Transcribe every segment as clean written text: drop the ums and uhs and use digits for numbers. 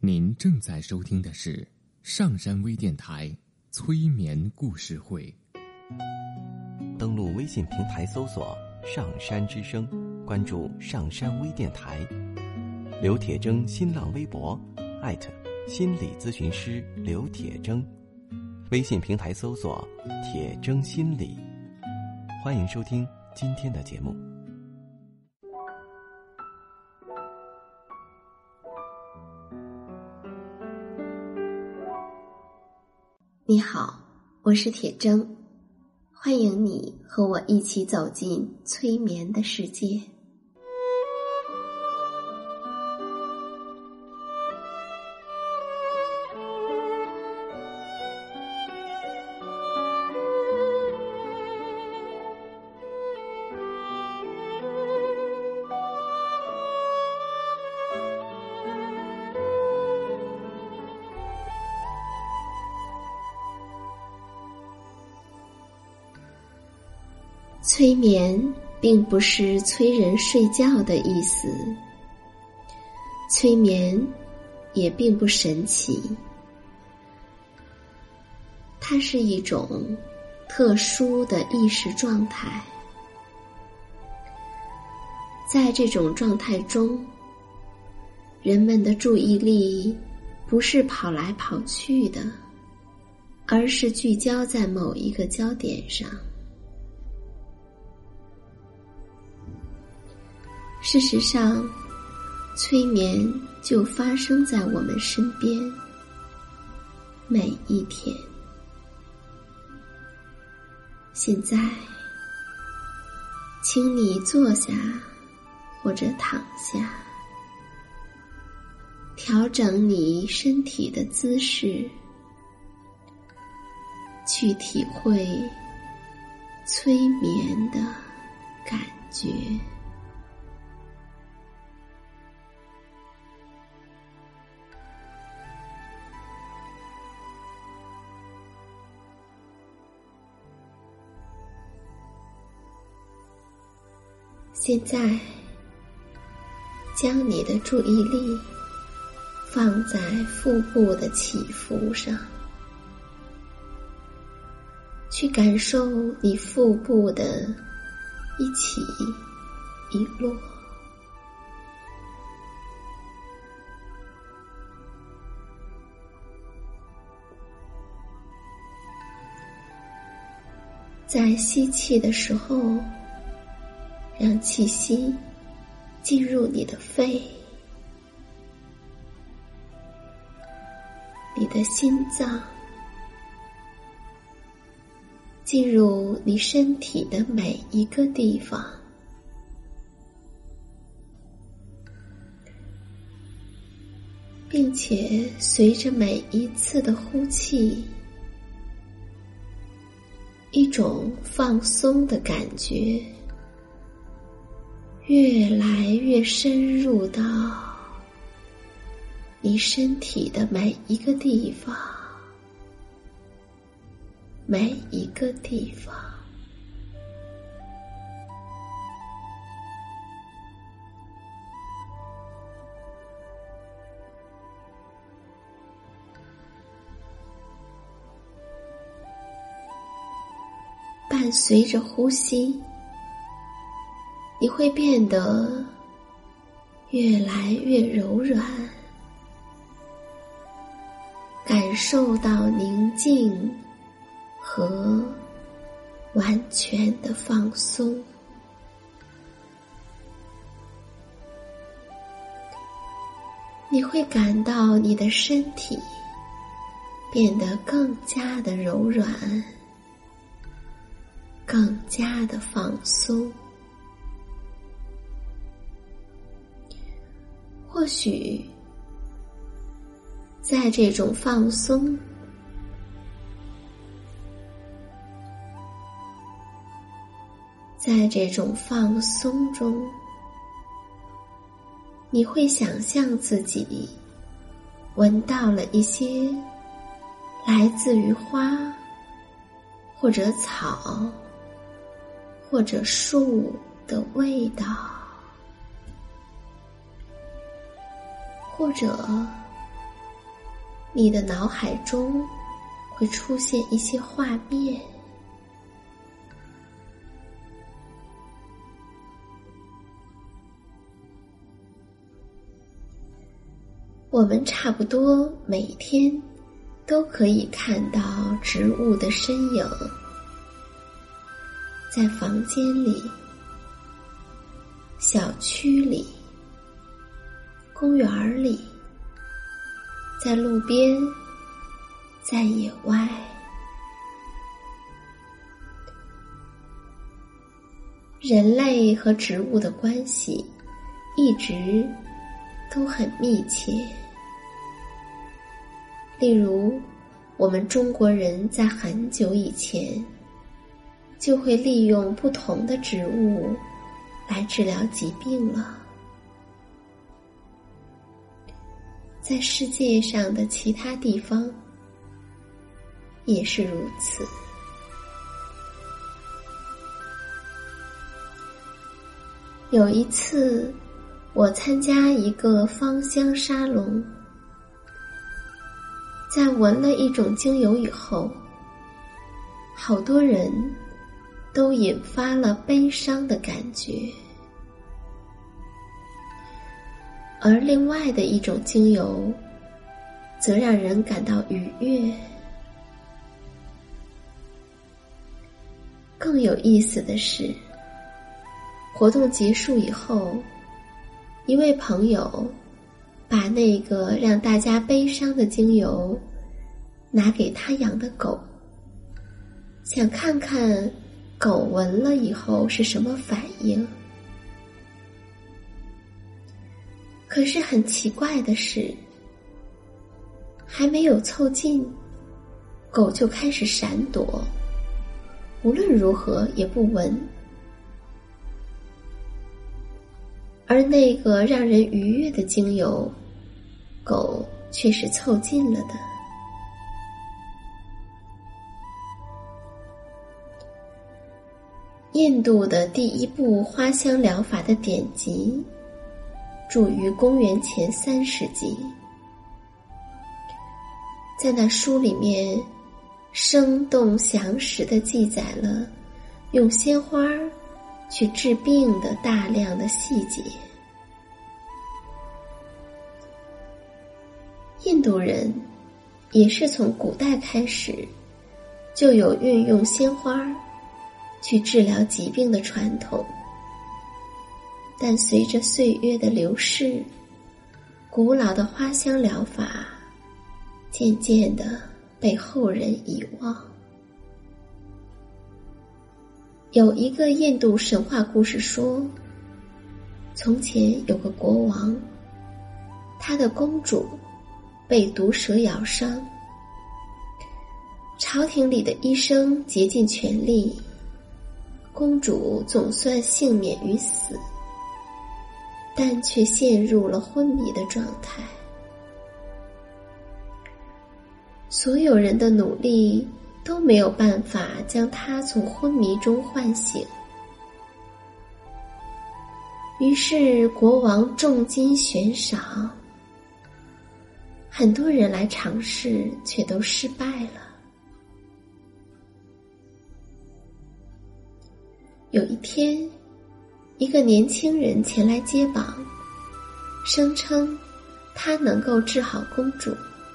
您正在收听的是上山微电台催眠故事会。 登录微信平台搜索上山之声，关注上山微电台，刘铁铮新浪微博心理咨询师刘铁铮，微信平台搜索铁铮心理。欢迎收听今天的节目。 你好，我是铁铮，欢迎你和我一起走进催眠的世界。催眠并不是催人睡觉的意思，催眠也并不神奇，它是一种特殊的意识状态。在这种状态中，人们的注意力不是跑来跑去的，而是聚焦在某一个焦点上。事实上，催眠就发生在我们身边，每一天。现在，请你坐下或者躺下，调整你身体的姿势，去体会催眠的感觉。现在，将你的注意力放在腹部的起伏上，去感受你腹部的一起一落。在吸气的时候，让气息进入你的肺，你的心脏，进入你身体的每一个地方，并且随着每一次的呼气，一种放松的感觉越来越深入到你身体的每一个地方，每一个地方。伴随着呼吸，你会变得越来越柔软，感受到宁静和完全的放松。你会感到你的身体变得更加的柔软，更加的放松。或许在这种放松，中，你会想象自己闻到了一些来自于花或者草或者树的味道，或者你的脑海中会出现一些画面。我们差不多每天都可以看到植物的身影，在房间里、小区里、公园里，在路边，在野外。人类和植物的关系一直都很密切。例如，我们中国人在很久以前就会利用不同的植物来治疗疾病了。在世界上的其他地方也是如此。有一次，我参加一个芳香沙龙，在闻了一种精油以后，好多人都引发了悲伤的感觉，而另外的一种精油则让人感到愉悦。更有意思的是，活动结束以后，一位朋友把那个让大家悲伤的精油拿给他养的狗，想看看狗闻了以后是什么反应。可是很奇怪的是，还没有凑近，狗就开始闪躲，无论如何也不闻。而那个让人愉悦的精油，狗却是凑近了的。印度的第一部花香疗法的典籍著于公元前3世纪，在那书里面生动详实地记载了用鲜花去治病的大量的细节。印度人也是从古代开始就有运用鲜花去治疗疾病的传统，但随着岁月的流逝，古老的花香疗法渐渐地被后人遗忘。有一个印度神话故事说，从前有个国王，他的公主被毒蛇咬伤，朝廷里的医生竭尽全力，公主总算幸免于死，但却陷入了昏迷的状态。所有人的努力都没有办法将她从昏迷中唤醒。于是国王重金悬赏，很多人来尝试，却都失败了。有一天，一个年轻人前来接榜，声称他能够治好公主。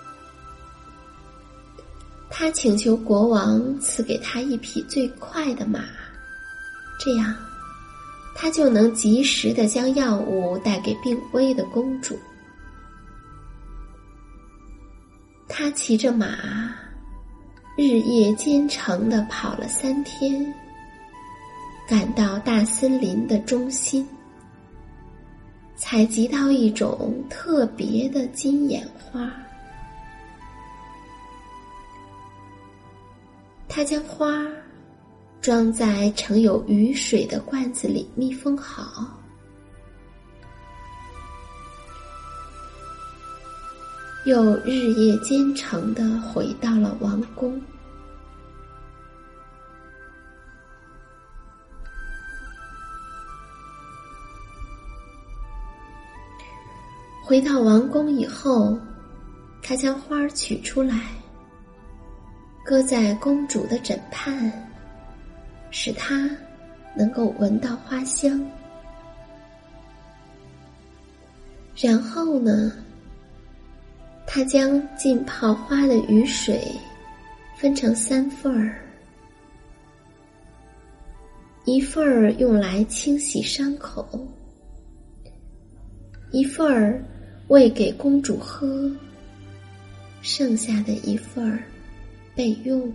他请求国王赐给他一匹最快的马，这样他就能及时地将药物带给病危的公主。他骑着马，日夜兼程地跑了3天，赶到大森林的中心，采集到一种特别的金眼花。他将花装在盛有雨水的罐子里密封好，又日夜兼程地回到了王宫。回到王宫以后， 他将花取出来，搁在公主的枕畔，使她能够闻到花香。然后呢，他将浸泡花的雨水分成3份儿，一份儿用来清洗伤口，一份儿喂给公主喝，剩下的一份儿备用。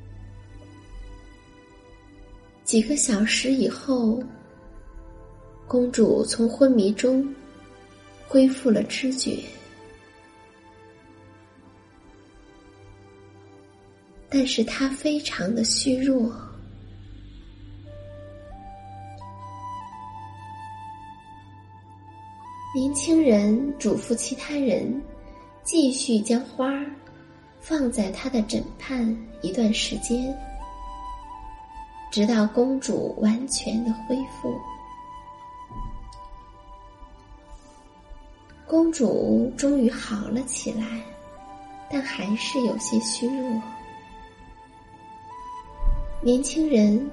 几个小时以后，公主从昏迷中恢复了知觉，但是她非常的虚弱。年轻人嘱咐其他人继续将花放在她的枕畔一段时间，直到公主完全的恢复。公主终于好了起来，但还是有些虚弱。年轻人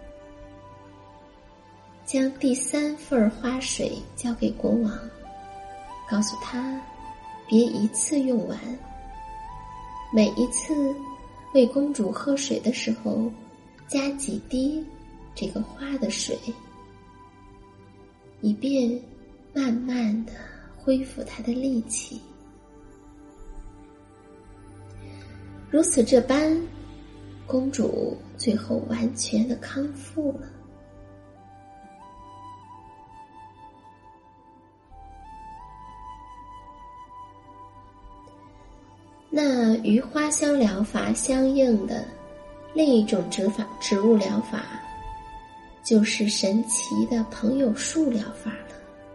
将第3份花水交给国王，告诉他别一次用完，每一次喂公主喝水的时候加几滴这个花的水，以便慢慢地恢复她的力气。如此这般，公主最后完全的康复了。那与花香疗法相应的另一种植物疗法，就是神奇的朋友树疗法了。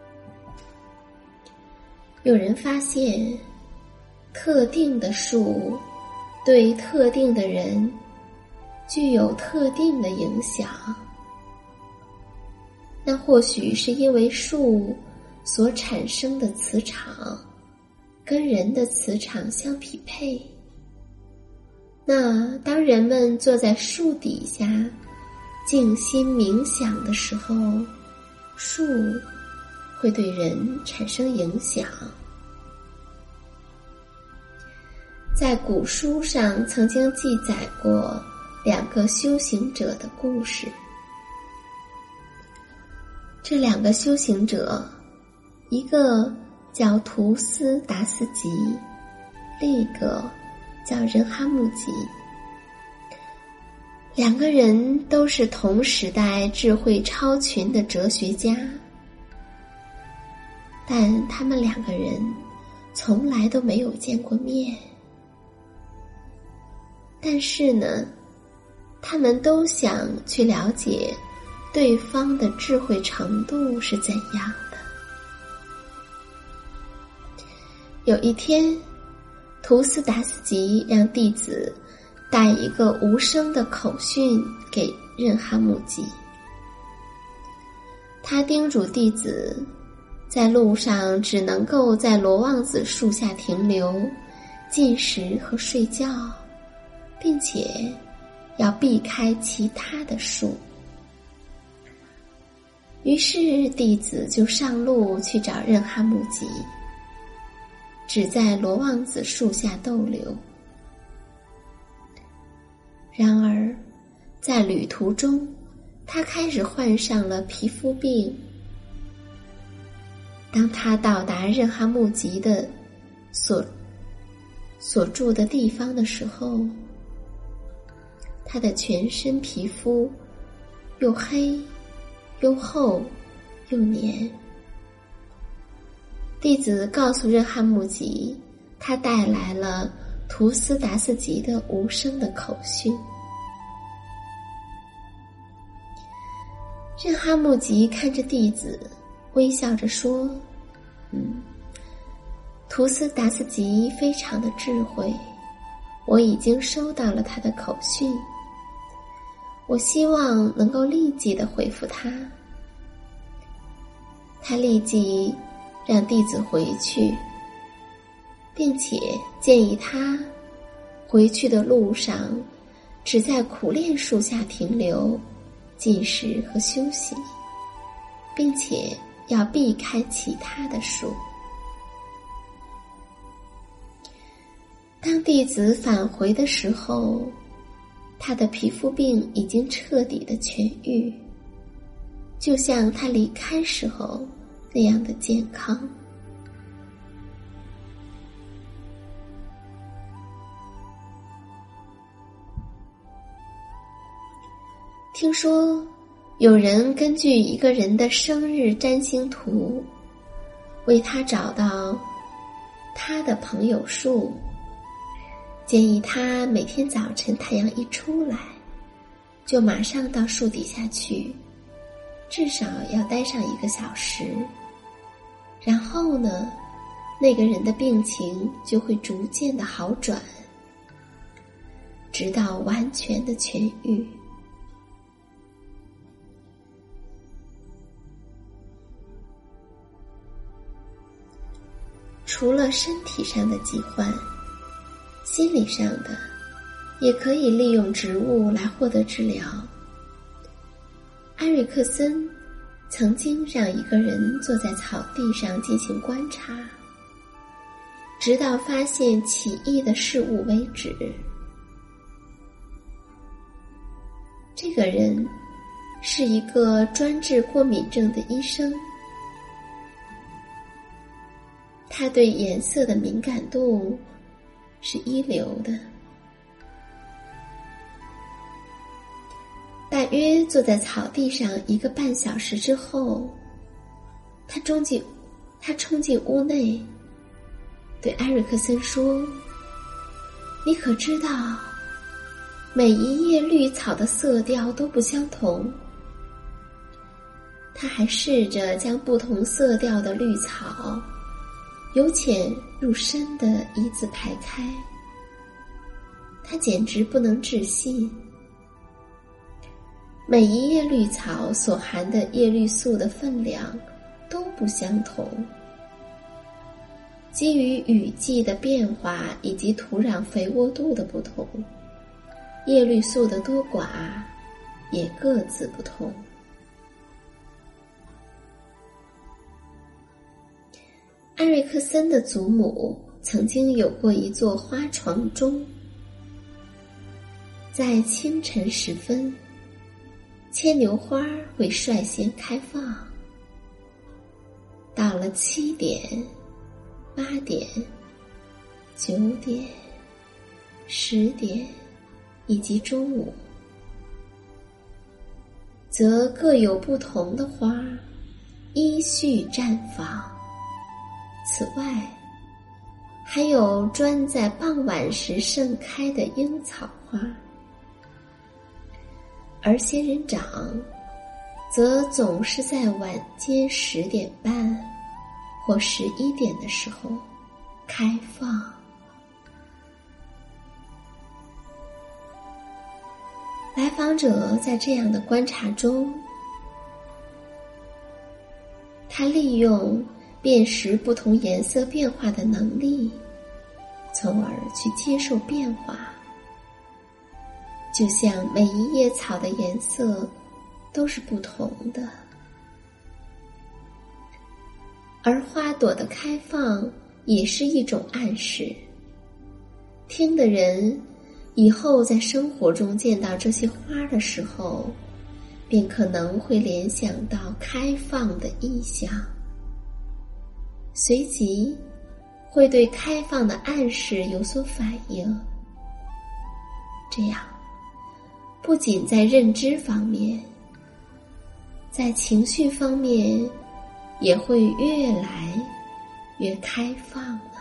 有人发现，特定的树对特定的人具有特定的影响。那或许是因为树所产生的磁场跟人的磁场相匹配。那当人们坐在树底下静心冥想的时候，树会对人产生影响。在古书上曾经记载过2个修行者的故事。这2个修行者，一个叫图斯达斯吉，另一个叫仁哈木吉。2个人都是同时代智慧超群的哲学家，但他们2个人从来都没有见过面。但是呢，他们都想去了解对方的智慧程度是怎样的。有一天，图斯达斯吉让弟子带一个无声的口讯给任哈木吉。他叮嘱弟子，在路上只能够在罗望子树下停留、进食和睡觉，并且要避开其他的树。于是弟子就上路去找任哈木吉，只在罗望子树下逗留。然而在旅途中，他开始患上了皮肤病。当他到达任哈木吉的所住的地方的时候，他的全身皮肤又黑又厚又黏。弟子告诉任哈木吉，他带来了图斯达斯吉的无声的口讯。任哈木吉看着弟子，微笑着说：图斯达斯吉非常的智慧，我已经收到了他的口讯，我希望能够立即的回复他。他立即让弟子回去， 并且建议他回去的路上只在苦楝树下停留，进食和休息，并且要避开其他的树。当弟子返回的时候，他的皮肤病已经彻底的痊愈，就像他离开时候那样的健康。听说有人根据一个人的生日占星图，为他找到他的朋友树，建议他每天早晨太阳一出来，就马上到树底下去，至少要待上1个小时。然后呢，那个人的病情就会逐渐的好转，直到完全的痊愈。除了身体上的疾患，心理上的也可以利用植物来获得治疗。埃瑞克森曾经让一个人坐在草地上进行观察，直到发现奇异的事物为止。这个人是一个专治过敏症的医生，他对颜色的敏感度是一流的。大约坐在草地上1个半小时之后，他冲进屋内，对埃瑞克森说：“你可知道，每一叶绿草的色调都不相同？”他还试着将不同色调的绿草由浅入深的一字排开，他简直不能置信。每一叶绿草所含的叶绿素的分量都不相同，基于雨季的变化以及土壤肥沃度的不同，叶绿素的多寡也各自不同。埃瑞克森的祖母曾经有过一座花床钟，在清晨时分，牵牛花会率先开放，到了7点、8点、9点、10点以及中午，则各有不同的花依序绽放。此外，还有专在傍晚时盛开的樱草花，而仙人掌则总是在晚间10点半或11点的时候开放。来访者在这样的观察中，他利用辨识不同颜色变化的能力，从而去接受变化，就像每一叶草的颜色都是不同的。而花朵的开放也是一种暗示，听的人以后在生活中见到这些花的时候，便可能会联想到开放的意象，随即会对开放的暗示有所反应。这样，不仅在认知方面，在情绪方面也会越来越开放的。